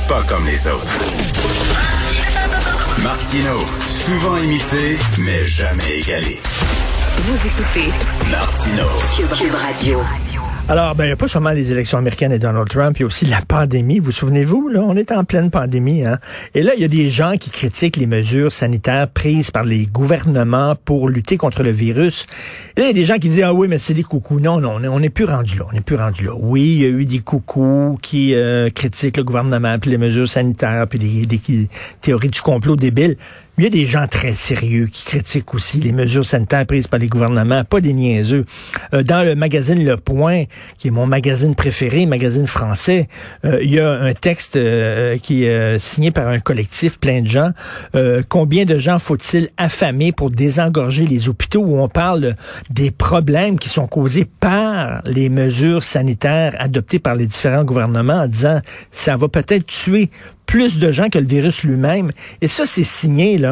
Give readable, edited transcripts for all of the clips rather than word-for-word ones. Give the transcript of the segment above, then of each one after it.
pas comme les autres. Martino, souvent imité, mais jamais égalé. Vous écoutez Martino, Cube Radio. Alors, il n'y a pas seulement les élections américaines et Donald Trump, il y a aussi la pandémie. Vous souvenez-vous, là, on est en pleine pandémie, hein? Et là, il y a des gens qui critiquent les mesures sanitaires prises par les gouvernements pour lutter contre le virus. Et là, il y a des gens qui disent, ah oui, mais c'est des coucous. Non, on n'est plus rendu là. Oui, il y a eu des coucous qui critiquent le gouvernement, puis les mesures sanitaires, puis des théories du complot débiles. Il y a des gens très sérieux qui critiquent aussi les mesures sanitaires prises par les gouvernements, pas des niaiseux. Dans le magazine Le Point, qui est mon magazine préféré, magazine français, il y a un texte qui est signé par un collectif plein de gens. Combien de gens faut-il affamer pour désengorger les hôpitaux, où on parle des problèmes qui sont causés par les mesures sanitaires adoptées par les différents gouvernements, en disant ça va peut-être tuer plus de gens que le virus lui-même. Et ça, c'est signé, là,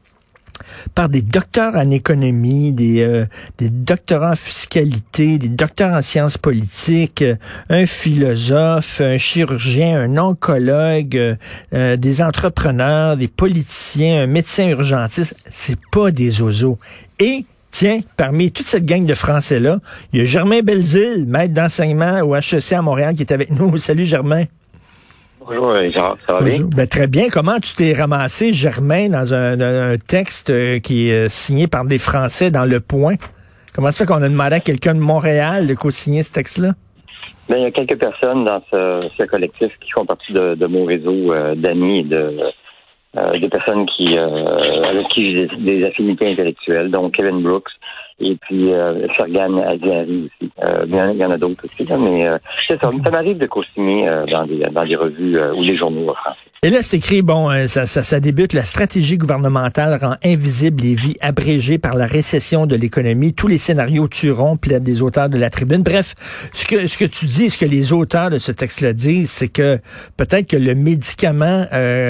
par des docteurs en économie, des doctorants en fiscalité, des docteurs en sciences politiques, un philosophe, un chirurgien, un oncologue, des entrepreneurs, des politiciens, un médecin urgentiste. C'est pas des oiseaux. Et tiens, parmi toute cette gang de Français-là, il y a Germain Belzile, maître d'enseignement au HEC à Montréal, qui est avec nous. Salut, Germain. Bonjour, Gérard, ça va bien? Ben, très bien. Comment tu t'es ramassé, Germain, dans un texte qui est signé par des Français dans Le Point? Comment ça fait qu'on a demandé à quelqu'un de Montréal de co-signer ce texte-là? Ben, il y a quelques personnes dans ce collectif qui font partie de mon réseau d'amis et de personnes avec qui j'ai des affinités intellectuelles, donc Kevin Brooks et puis Fergan Aziari aussi. Il y en a d'autres aussi, là, mais c'est ça. Ça m'arrive de co-signer dans des revues ou les journaux français. Et là, c'est écrit, ça débute, la stratégie gouvernementale rend invisibles les vies abrégées par la récession de l'économie. Tous les scénarios tueront, plaident des auteurs de la Tribune. Bref, ce que tu dis, ce que les auteurs de ce texte-là disent, c'est que peut-être que le médicament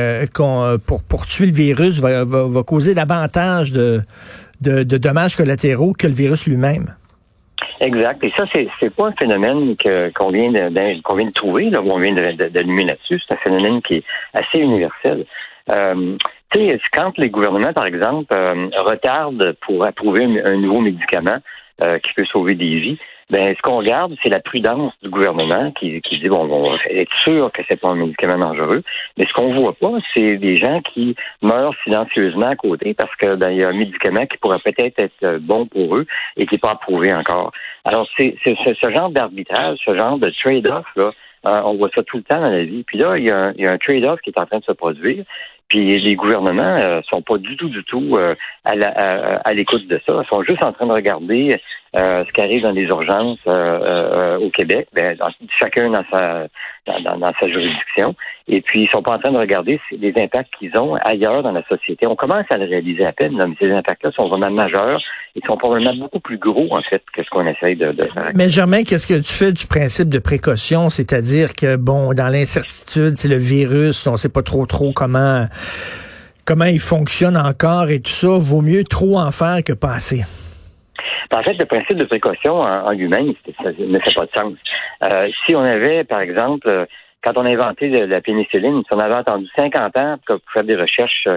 pour tuer le virus va causer davantage de dommages collatéraux que le virus lui-même. Exact. Et ça, c'est pas un phénomène qu'on vient de trouver, là, où on vient d'allumer là-dessus. C'est un phénomène qui est assez universel. Tu sais, quand les gouvernements, par exemple, retardent pour approuver un nouveau médicament qui peut sauver des vies, ben ce qu'on regarde, c'est la prudence du gouvernement qui dit bon, on va être sûr que c'est pas un médicament dangereux. Mais ce qu'on voit pas, c'est des gens qui meurent silencieusement à côté parce que il y a un médicament qui pourrait peut-être être bon pour eux et qui n'est pas approuvé encore. Alors c'est ce genre d'arbitrage, ce genre de trade-off là, on voit ça tout le temps dans la vie. Puis là, il y a un trade-off qui est en train de se produire. Puis les gouvernements sont pas du tout à l'écoute de ça. Ils sont juste en train de regarder ce qui arrive dans les urgences au Québec, chacun dans sa juridiction. Et puis ils sont pas en train de regarder les impacts qu'ils ont ailleurs dans la société. On commence à le réaliser à peine, là, mais ces impacts-là sont vraiment majeurs et sont probablement beaucoup plus gros en fait que ce qu'on essaye de faire. Mais Germain, qu'est-ce que tu fais du principe de précaution, c'est-à-dire que dans l'incertitude, c'est le virus, on sait pas trop comment il fonctionne encore et tout ça, vaut mieux trop en faire que pas assez. En fait, le principe de précaution en lui-même, ça ne fait pas de sens. Si on avait, par exemple, quand on a inventé la pénicilline, si on avait attendu 50 ans pour faire des recherches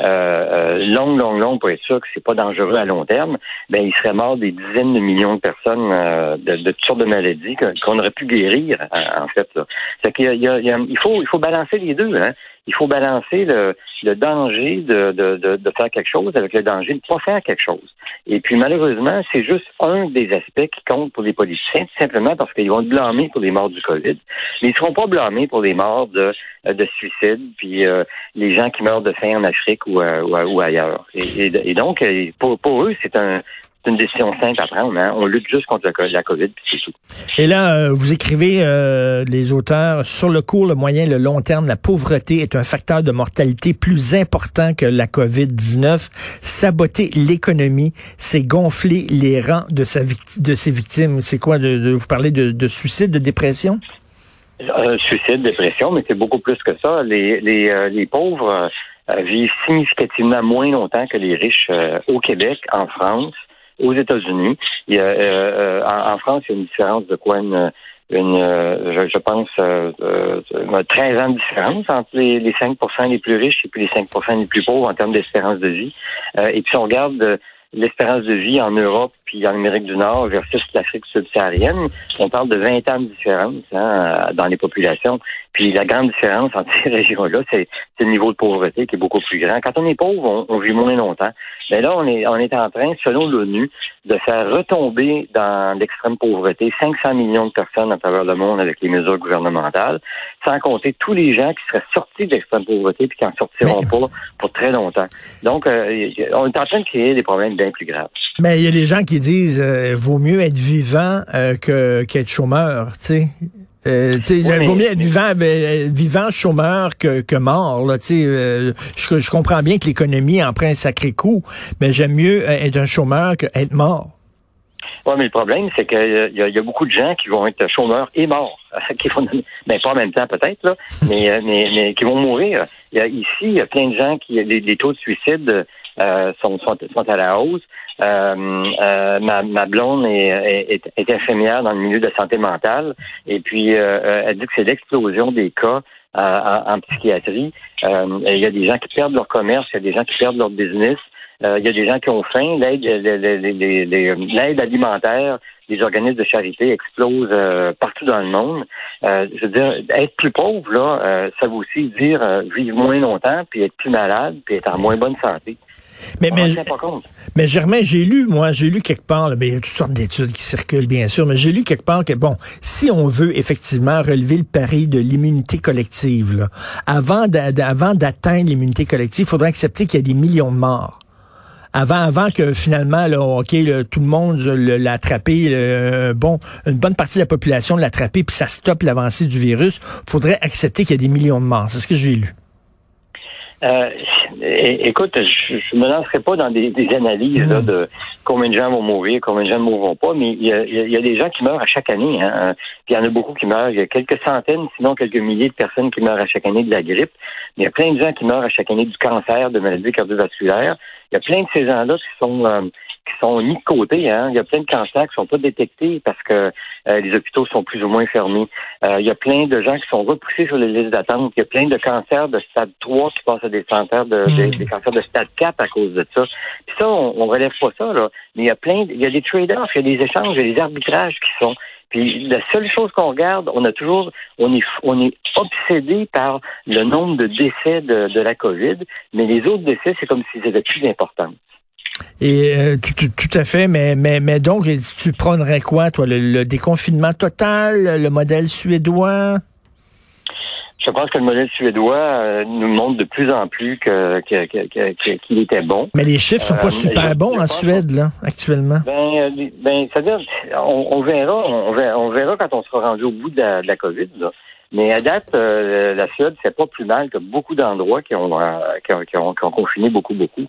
longues pour être sûr que c'est pas dangereux à long terme, ben il serait mort des dizaines de millions de personnes de toutes sortes de maladies qu'on aurait pu guérir en fait. Là. C'est qu'il il faut balancer les deux, hein. Il faut balancer le danger de faire quelque chose avec le danger de ne pas faire quelque chose. Et puis malheureusement, c'est juste un des aspects qui compte pour les politiciens, tout simplement parce qu'ils vont être blâmés pour les morts du COVID, mais ils seront pas blâmés pour les morts de suicide, puis les gens qui meurent de faim en Afrique ou ailleurs. Et donc, pour eux, c'est une décision simple à prendre. Hein? On lutte juste contre la COVID, puis c'est tout. Et là, vous écrivez, les auteurs, sur le court, le moyen, le long terme, la pauvreté est un facteur de mortalité plus important que la COVID-19. Saboter l'économie, c'est gonfler les rangs de ses victimes. C'est quoi, vous parlez de suicide, de dépression? Suicide, dépression, mais c'est beaucoup plus que ça. Les pauvres vivent significativement moins longtemps que les riches au Québec, en France, aux États-Unis. En France, il y a une différence de quoi, je pense, 13 ans de différence entre les 5% les plus riches et puis les 5% les plus pauvres en termes d'espérance de vie. Et puis on regarde l'espérance de vie en Europe puis en Amérique du Nord versus l'Afrique subsaharienne, on parle de 20 ans de différence dans les populations. Puis la grande différence entre ces régions-là, c'est le niveau de pauvreté qui est beaucoup plus grand. Quand on est pauvre, on vit moins longtemps. Mais là, on est en train, selon l'ONU, de faire retomber dans l'extrême pauvreté 500 millions de personnes à travers le monde avec les mesures gouvernementales, sans compter tous les gens qui seraient sortis de l'extrême pauvreté puis qui n'en sortiront pas pour très longtemps. Donc, on est en train de créer des problèmes bien plus graves. Mais il y a des gens qui disent vaut mieux être vivant qu'être chômeur, tu sais. Il vaut mieux être vivant chômeur que mort. Là, je comprends bien que l'économie en prend un sacré coup, mais j'aime mieux être un chômeur qu'être mort. Oui, mais le problème, c'est qu'il y a beaucoup de gens qui vont être chômeurs et morts, qui vont, pas en même temps peut-être, là, mais qui vont mourir. Ici, il y a plein de gens les taux de suicide sont à la hausse. Ma blonde est infirmière dans le milieu de la santé mentale et puis elle dit que c'est l'explosion des cas en psychiatrie. Il y a des gens qui perdent leur commerce, il y a des gens qui perdent leur business, il y a des gens qui ont faim. L'aide alimentaire des organismes de charité explose partout dans le monde. Je veux dire, être plus pauvre, là, ça veut aussi dire vivre moins longtemps, puis être plus malade, puis être en moins bonne santé. Mais Germain, j'ai lu quelque part, là, il y a toutes sortes d'études qui circulent, bien sûr, mais j'ai lu quelque part que, bon, si on veut effectivement relever le pari de l'immunité collective, là, avant d'atteindre l'immunité collective, il faudrait accepter qu'il y a des millions de morts. Avant que finalement, là, tout le monde l'a attrapé, une bonne partie de la population l'a attrapé, puis ça stoppe l'avancée du virus, faudrait accepter qu'il y a des millions de morts. C'est ce que j'ai lu. Écoute, je me lancerai pas dans des analyses là, de combien de gens vont mourir, combien de gens ne mourront pas, mais il y a des gens qui meurent à chaque année. Hein. Puis il y en a beaucoup qui meurent. Il y a quelques centaines, sinon quelques milliers de personnes qui meurent à chaque année de la grippe. Mais il y a plein de gens qui meurent à chaque année du cancer, de maladies cardiovasculaires. Il y a plein de ces gens-là qui sont mis de côté. Hein. Il y a plein de cancers qui sont pas détectés parce que les hôpitaux sont plus ou moins fermés. Il y a plein de gens qui sont repoussés sur les listes d'attente. Il y a plein de cancers de stade 3 qui passent à des cancers des cancers de stade 4 à cause de ça. Puis ça, on relève pas ça, là. Mais il y a des trade-offs, il y a des échanges, il y a des arbitrages qui sont. Puis la seule chose qu'on regarde, on est obsédé par le nombre de décès de la COVID, mais les autres décès, c'est comme s'ils étaient plus importants. Et tout à fait, mais donc tu prônerais quoi, toi, le déconfinement total, le modèle suédois? Je pense que le modèle suédois nous montre de plus en plus qu'il était bon. Mais les chiffres sont pas super bons en Suède, là, actuellement. C'est-à-dire, on verra quand on sera rendu au bout de la COVID, là. Mais à date, la Suède fait pas plus mal que beaucoup d'endroits qui ont confiné beaucoup. Il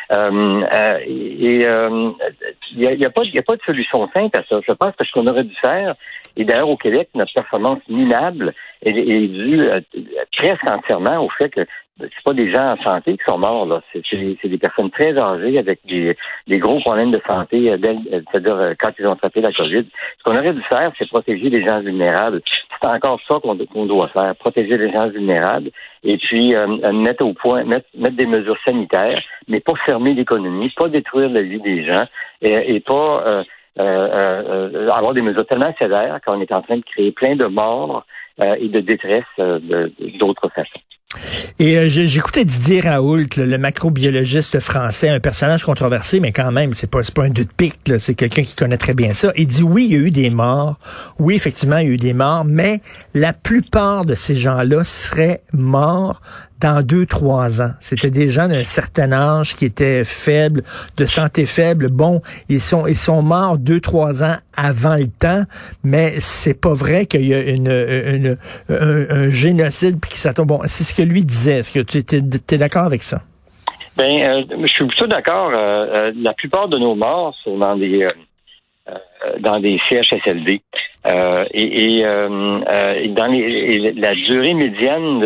y a pas de solution simple à ça. Je pense que ce qu'on aurait dû faire, et d'ailleurs au Québec, notre performance minable est due presque entièrement au fait que c'est pas des gens en santé qui sont morts, là. C'est des personnes très âgées avec des gros problèmes de santé, c'est-à-dire quand ils ont attrapé la COVID. Ce qu'on aurait dû faire, c'est protéger les gens vulnérables. C'est encore ça qu'on doit faire, protéger les gens vulnérables et puis mettre des mesures sanitaires, mais pas fermer l'économie, pas détruire la vie des gens et pas avoir des mesures tellement sévères qu'on est en train de créer plein de morts et de détresse d'autres façons. Et j'écoutais Didier Raoult, le macrobiologiste français, un personnage controversé, mais quand même, c'est pas un deux de pique, là, c'est quelqu'un qui connaît très bien ça. Il dit oui, il y a eu des morts. Oui, effectivement, il y a eu des morts, mais la plupart de ces gens-là seraient morts dans 2-3 ans. C'était des gens d'un certain âge qui étaient faibles, de santé faible. Bon, ils sont morts 2-3 ans avant le temps, mais c'est pas vrai qu'il y a un génocide puis qui s'attend. Bon, c'est ce que lui disait. Est-ce que tu es d'accord avec ça? Je suis plutôt d'accord. La plupart de nos morts sont dans des dans des CHSLD. Et dans la durée médiane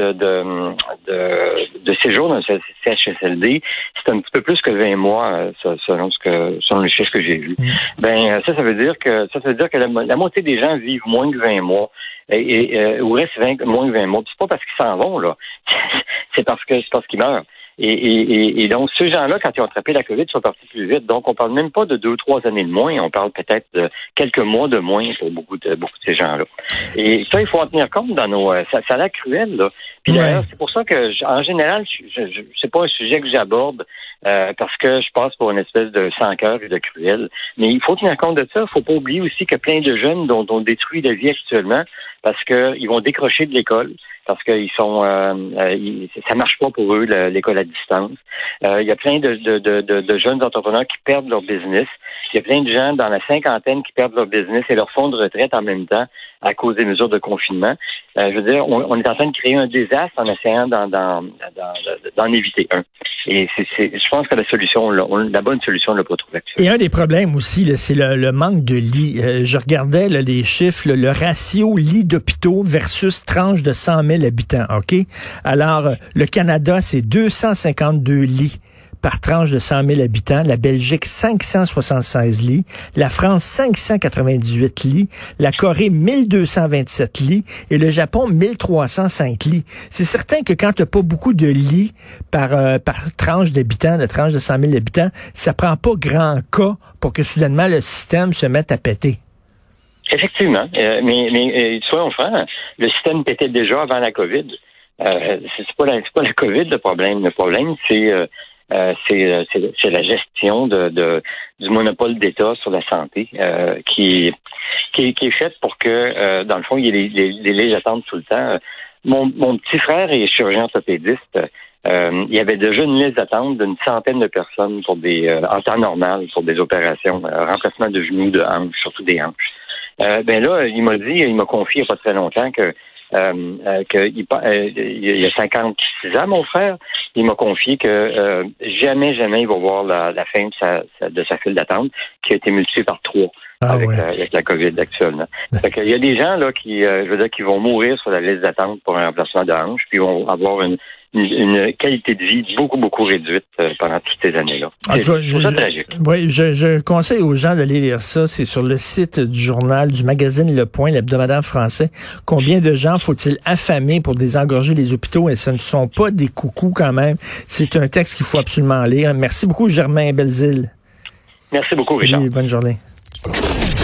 de séjour dans ce CHSLD, c'est un petit peu plus que 20 mois, selon les chiffres que j'ai vus. Ben ça veut dire que la moitié des gens vivent moins que 20 mois. Ou reste moins que 20 mois. C'est pas parce qu'ils s'en vont, là. c'est parce qu'ils meurent. Et donc, ces gens-là, quand ils ont attrapé la COVID, sont partis plus vite. Donc, on parle même pas de 2 ou 3 années de moins. On parle peut-être de quelques mois de moins pour beaucoup de ces gens-là. Et ça, il faut en tenir compte dans nos... Ça a l'air cruel, là. Puis d'ailleurs, c'est pour ça que, en général, c'est pas un sujet que j'aborde parce que je passe pour une espèce de sans-cœur et de cruel. Mais il faut tenir compte de ça. Il faut pas oublier aussi que plein de jeunes dont on détruit la vie actuellement parce qu'ils vont décrocher de l'école, parce qu'ils sont, ça marche pas pour eux l'école à distance. Il y a plein de jeunes entrepreneurs qui perdent leur business. Il y a plein de gens dans la cinquantaine qui perdent leur business et leur fonds de retraite en même temps à cause des mesures de confinement. Je veux dire, on est en train de créer un désastre en essayant d'en éviter un. Et je pense que la bonne solution, on l'a pas trouvée actuellement. Et un des problèmes aussi, là, c'est le manque de lits. Je regardais là, les chiffres, là, le ratio lits d'hôpitaux versus tranche de 100 000 habitants. OK? Alors, le Canada, c'est 252 lits par tranche de 100 000 habitants, la Belgique 576 lits, la France 598 lits, la Corée 1227 lits et le Japon 1305 lits. C'est certain que quand tu n'as pas beaucoup de lits par tranche d'habitants, de tranche de 100 000 habitants, ça prend pas grand cas pour que soudainement le système se mette à péter. Effectivement, mais soyons francs, le système pétait déjà avant la COVID. C'est pas la COVID le problème. Le problème, c'est la gestion du monopole d'État sur la santé qui est faite pour que, dans le fond, il y ait des listes d'attente tout le temps. Mon petit frère est chirurgien orthopédiste. Il y avait déjà une liste d'attente d'une centaine de personnes pour en temps normal pour des opérations, remplacement de genoux, de hanches, surtout des hanches. Ben là, il m'a confié il n'y a pas très longtemps que il y a 56 ans, mon frère, il m'a confié que jamais il va voir la fin de sa file d'attente, qui a été multipliée par 3 avec la COVID actuellement. Fait qu'il y a des gens là qui vont mourir sur la liste d'attente pour un remplacement de hanche, puis vont avoir une qualité de vie beaucoup réduite pendant toutes ces années-là. C'est ça tragique. Oui, je conseille aux gens d'aller lire ça. C'est sur le site du journal, du magazine Le Point, l'hebdomadaire français. Combien de gens faut-il affamer pour désengorger les hôpitaux? Et ce ne sont pas des coucous quand même. C'est un texte qu'il faut absolument lire. Merci beaucoup, Germain Belzile. Merci beaucoup, Richard. Bonne journée.